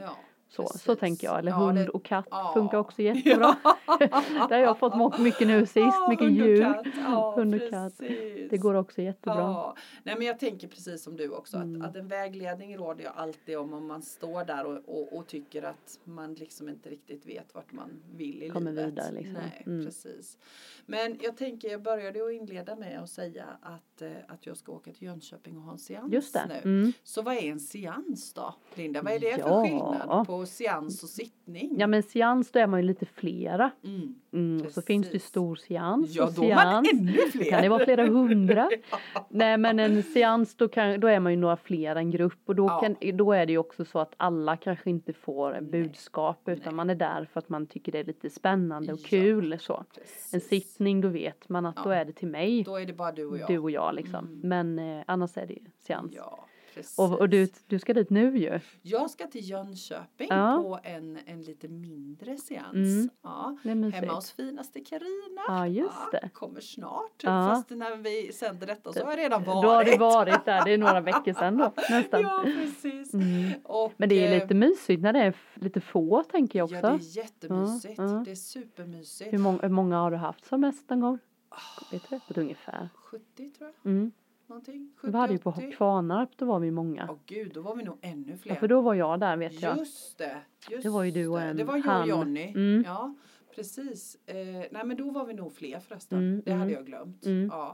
Så, precis. så tänker jag. Eller Ja, hund det- och katt ja. funkar också jättebra. Där har jag fått må- mycket nu sist. Ja, mycket hund och ljud. katt. Ja, Hund och katt. precis. Det går också jättebra. Ja, nej men jag tänker precis som du också Mm. att, att en vägledning råder jag alltid om om man står där och, och, och tycker att man liksom inte riktigt vet vart man vill i Kommer livet. vidare liksom. Nej, Mm. precis. Men jag tänker, jag började att inleda med att säga att, eh, att jag ska åka till Jönköping och ha en seans Just det. nu. Mm. Så vad är en seans då, Linda? Vad är det Ja. för skillnad på seans och sittning? Ja men seans då är man ju lite flera. Mm. Mm. Och så finns det ju Precis. stor seans Ja, och då är man seans. ännu Då fler. kan det vara flera hundra. Nej men en seans då, kan, då är man ju några fler än grupp. Och då, Ja. kan, då är det ju också så att alla kanske inte får Nej. budskap. Utan Nej. man är där för att man tycker det är lite spännande och Ja. kul. Så. Precis. En sittning då vet man att Ja. då är det till mig. Då är det bara du och jag. Du och jag liksom. Mm. Men eh, annars är det ju seans. Ja, precis. Och, och du, du ska dit nu ju. Jag ska till Jönköping Ja. på en, en lite mindre seans. Mm. Ja. Det är mysigt. Hemma hos finaste Carina. Ja, just det. Kommer snart. Ja. Fast när vi sänder detta så har jag redan varit. Då har du varit där. Det är några veckor sedan då. Nästan. Ja, precis. Mm. Och, Men det är eh, lite mysigt när det är f- lite få tänker jag också. Ja, det är jättemysigt. Ja, ja. Det är supermysigt. Hur, många, hur många har du haft som mest någon gång? Ah, Vet du det? På ett ungefär. sjuttio tror jag. Mm. Någonting. Vi hade ju på åttio. Kvarnarp, då var vi många. Åh gud, då var vi nog ännu fler. Ja, för då var jag där vet jag. Just det. Just Det var ju du och det. en Det var jag han. och Jonny. Mm. Ja, precis. Eh, nej men då var vi nog fler förresten. Mm, det hade mm. jag glömt. Mm. Ja.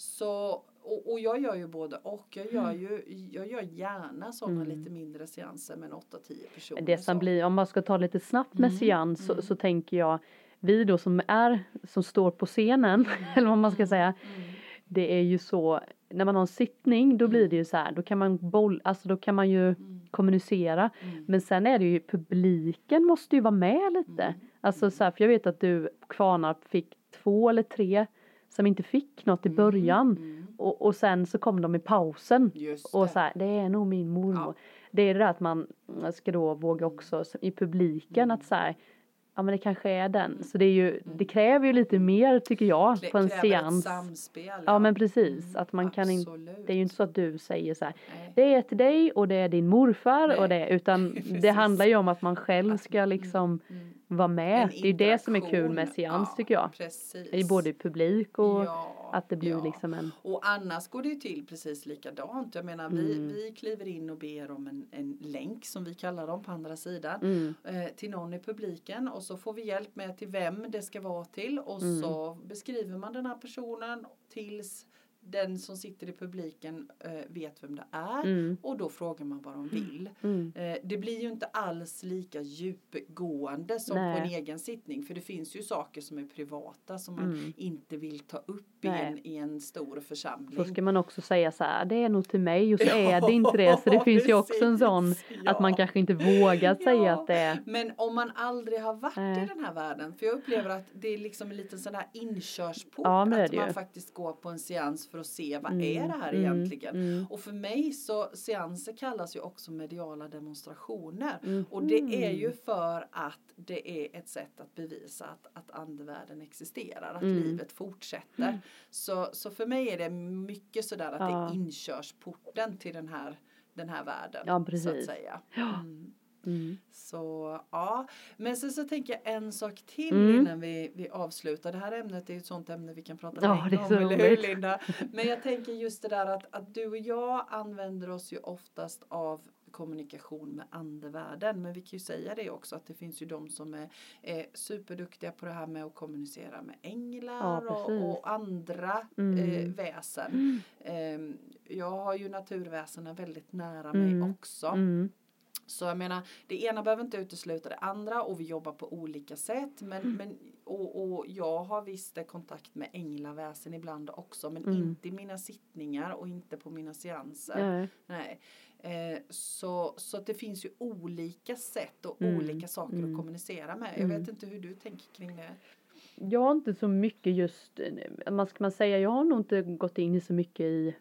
Så, och, och jag gör ju både och. Jag gör ju jag gör gärna sådana Mm. lite mindre seanser med åtta tio personer. Det som så. blir, om man ska ta lite snabbt med Mm, seans så, mm. så tänker jag, vi då som är, som står på scenen, eller vad man ska säga, Mm. det är ju så, när man har en sittning då blir det ju så här, då kan man boll, alltså då kan man ju Mm. kommunicera. Mm. Men sen är det ju, publiken måste ju vara med lite. Mm. Alltså så här, för jag vet att du, Kvarnarp, fick två eller tre som inte fick något i Mm. början. Mm. Och, och sen så kom de i pausen. Just Och det. så här, det är nog min mormor. Det är det där att man ska då våga också i publiken att så här, ja men det kanske är den. Så det är ju, det kräver ju lite mer tycker jag Klä- på en kräver seans. Ett samspel. Ja men precis, Mm, att man kan inte, absolut. det är ju inte så att du säger så här, Nej. det är till dig och det är din morfar Nej. och det, utan det Precis. handlar ju om att man själv ska liksom Mm. vara med. En Det är ju det som är kul interaktion. med seans Ja, tycker jag. Precis. I både publik och Ja, att det blir ja. liksom en, Och annars går det ju till precis likadant. Jag menar vi, Mm. vi kliver in och ber om en, en länk som vi kallar dem på andra sidan. mm, Eh, till någon i publiken och så får vi hjälp med till vem det ska vara till. Och Mm. så beskriver man den här personen tills den som sitter i publiken eh, vet vem det är. mm, Och då frågar man vad de vill. mm. Eh, det blir ju inte alls lika djupgående som Nej. på en egen sittning. För det finns ju saker som är privata som man Mm. inte vill ta upp i Nej. en, i en stor församling. Så ska man också säga så här, det är nog till mig och så är det inte det. Så det finns ju också en sån Precis, att man ja. kanske inte vågar säga Ja. att det är. Men om man aldrig har varit Nej. i den här världen. För jag upplever att det är liksom en liten sån här inkörsport. Ja, men det är att det man ju. faktiskt går på en seans för att se vad Mm, är det här mm, egentligen. mm, Och för mig så seanser kallas ju också mediala demonstrationer. mm. Och det är ju för att det är ett sätt att bevisa att, att andevärlden existerar. Att Mm. livet fortsätter. Så, så för mig är det mycket sådär att det Ja. är inkörsporten till den här, den här världen. Ja, Så precis. att säga. Ja. Mm. Mm. Så ja, men sen så tänker jag en sak till Mm. innan vi, vi avslutar. Det här ämnet är ju ett sånt ämne vi kan prata Ja, länge det är om, så eller hur roligt. Linda? Men jag tänker just det där att, att du och jag använder oss ju oftast av kommunikation med andevärlden. Men vi kan ju säga det också att det finns ju de som är, är superduktiga på det här med att kommunicera med änglar Ja, och, precis. och andra Mm. eh, väsen. Eh, jag har ju naturväsena väldigt nära mig Mm. också. Mm. Så jag menar, det ena behöver inte utesluta det andra och vi jobbar på olika sätt. Men, Mm. men, och, och jag har visst kontakt med änglaväsen ibland också. Men Mm. inte i mina sittningar och inte på mina seanser. Ja. Nej. Eh, så, så att det finns ju olika sätt och Mm. olika saker Mm. att kommunicera med. Jag Mm. vet inte hur du tänker kring det. Jag har inte så mycket just, vad ska man säga, jag har nog inte gått in i så mycket i,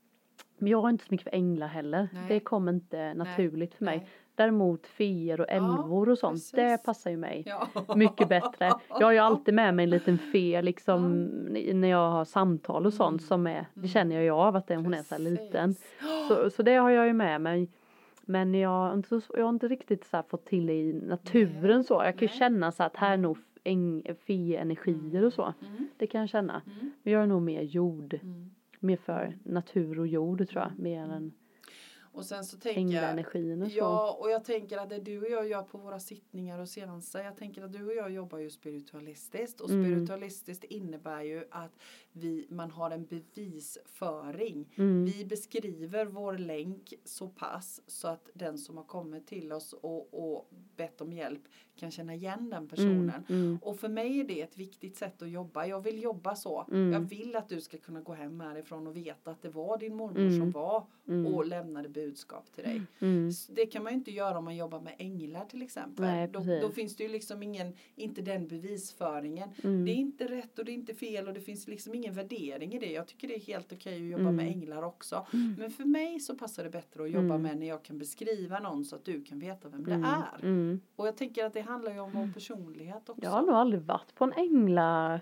men jag har inte så mycket för änglar heller. Nej. Det kommer inte naturligt för mig. Nej. Däremot feer och älvor och sånt, precis. det passar ju mig. Ja. Mycket bättre. Jag har ju alltid med mig en liten fe liksom när jag har samtal och sånt som är, det känner jag ju av att den, hon är så här liten. Precis. Så, så det har jag ju med mig. Men jag har inte, så, jag har inte riktigt så här fått till det i naturen så. Jag kan ju Nej. känna så att här är nog fe-energier och så. Mm. Det kan jag känna. Mm. Men jag är nog mer jord. Mm. Mer för natur och jord tror jag. Mer än Och sen så tänker jag, änglaenergin och så. ja, och jag tänker att det du och jag gör på våra sittningar och seanser, jag tänker att du och jag jobbar ju spiritualistiskt, och Mm. spiritualistiskt innebär ju att vi, man har en bevisföring. Mm. Vi beskriver vår länk så pass så att den som har kommit till oss och, och bett om hjälp kan känna igen den personen. Mm. Mm. Och för mig är det ett viktigt sätt att jobba. Jag vill jobba så. Mm. Jag vill att du ska kunna gå hem härifrån och veta att det var din mormor Mm. som var Mm. och lämnade budskap till dig. Mm. Så det kan man ju inte göra om man jobbar med änglar till exempel. Nej, då, precis. då finns det ju liksom ingen, inte den bevisföringen. Mm. Det är inte rätt och det är inte fel och det finns liksom ingen värdering i det. Jag tycker det är helt okej att jobba Mm. med änglar också. Mm. Men för mig så passar det bättre att jobba Mm. med när jag kan beskriva någon så att du kan veta vem det Mm. är. Mm. Och jag tänker att det handlar ju om vår personlighet också. Jag har nog aldrig varit på en ängla...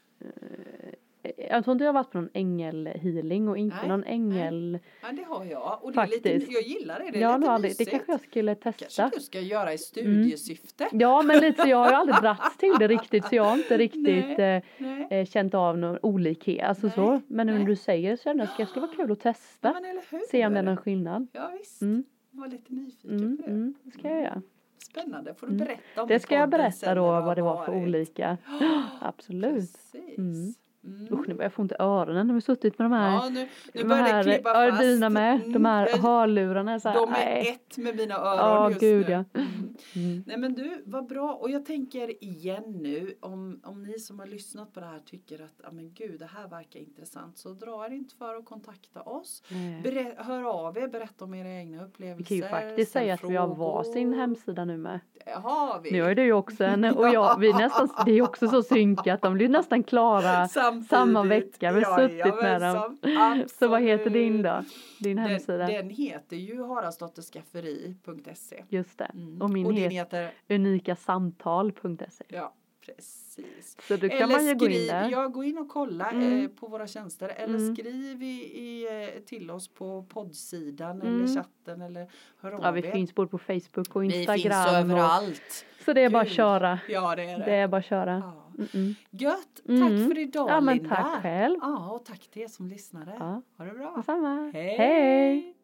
eh, Jag tror inte jag har varit på någon ängelhealing och inte Nej, någon ängel... Ja, det har jag. Och det är lite, Faktiskt. jag gillar det. Det är Jag har nog lite aldrig, det mysigt. kanske jag skulle Kanske testa. du ska göra i studiesyfte. Ja, men lite så jag har ju aldrig dragits till det riktigt så jag har inte riktigt Nej, eh, Nej. eh, känt av någon olikhet. Alltså Nej, så. Men nu när nej. du säger så känner jag att det skulle vara kul att Ja, testa. men eller hur? Se om det är någon skillnad. Ja, visst. Mm. Jag var lite nyfiken Mm, på det. mm, det ska jag göra. Spännande. Får du Mm. berätta om Det ska jag podden berätta sen då när du har vad det var för varit. olika. Absolut. Precis. Mm. Mm. Usch, nu börjar jag få ont i öronen när vi suttit med de här. Ja, nu, nu de börjar här det klibba ja, fast. dina med. De här Mm, hörlurarna. Så här, de är nej. ett med mina öron Ja, just gud nu. ja. Mm. Mm. Nej men du, vad bra. Och jag tänker igen nu, om, om ni som har lyssnat på det här tycker att, ja men gud, det här verkar intressant, så dra er inte för att kontakta oss. Nej. Berä, hör av er, berätta om era egna Vi upplevelser. kan ju faktiskt ställ säga att vi har frågor. varsin hemsida nu med. Det har vi. Nu har du ju också en och jag, vi är nästan, det är också så synkat, de blir nästan klara Samtidigt. samma vecka, vi har suttit med dem. Absolut. Så vad heter din då? Din Den, hemsida? den heter ju haraldsdotterskafferi punkt se. Just det. Mm. Och min Och din heter heter, unikasamtal punkt se. ja precis. Så då kan Eller man ju gå in skriv, där. ja, gå in och kolla Mm. eh, på våra tjänster. Eller Mm. skriv i, i, eh, till oss på poddsidan Mm. eller chatten eller hör av Ja, vi er. finns både på Facebook och Vi Instagram. finns och, överallt. så det är bara att Gud. köra. Ja, det är det. Det är bara att köra. Ja. Mm-mm. Gött. Tack Mm. för idag, Ja, men Linda. tack själv. Ja, och tack till er som lyssnade. Ja. Ha det bra. Detsamma. Hej. Hej.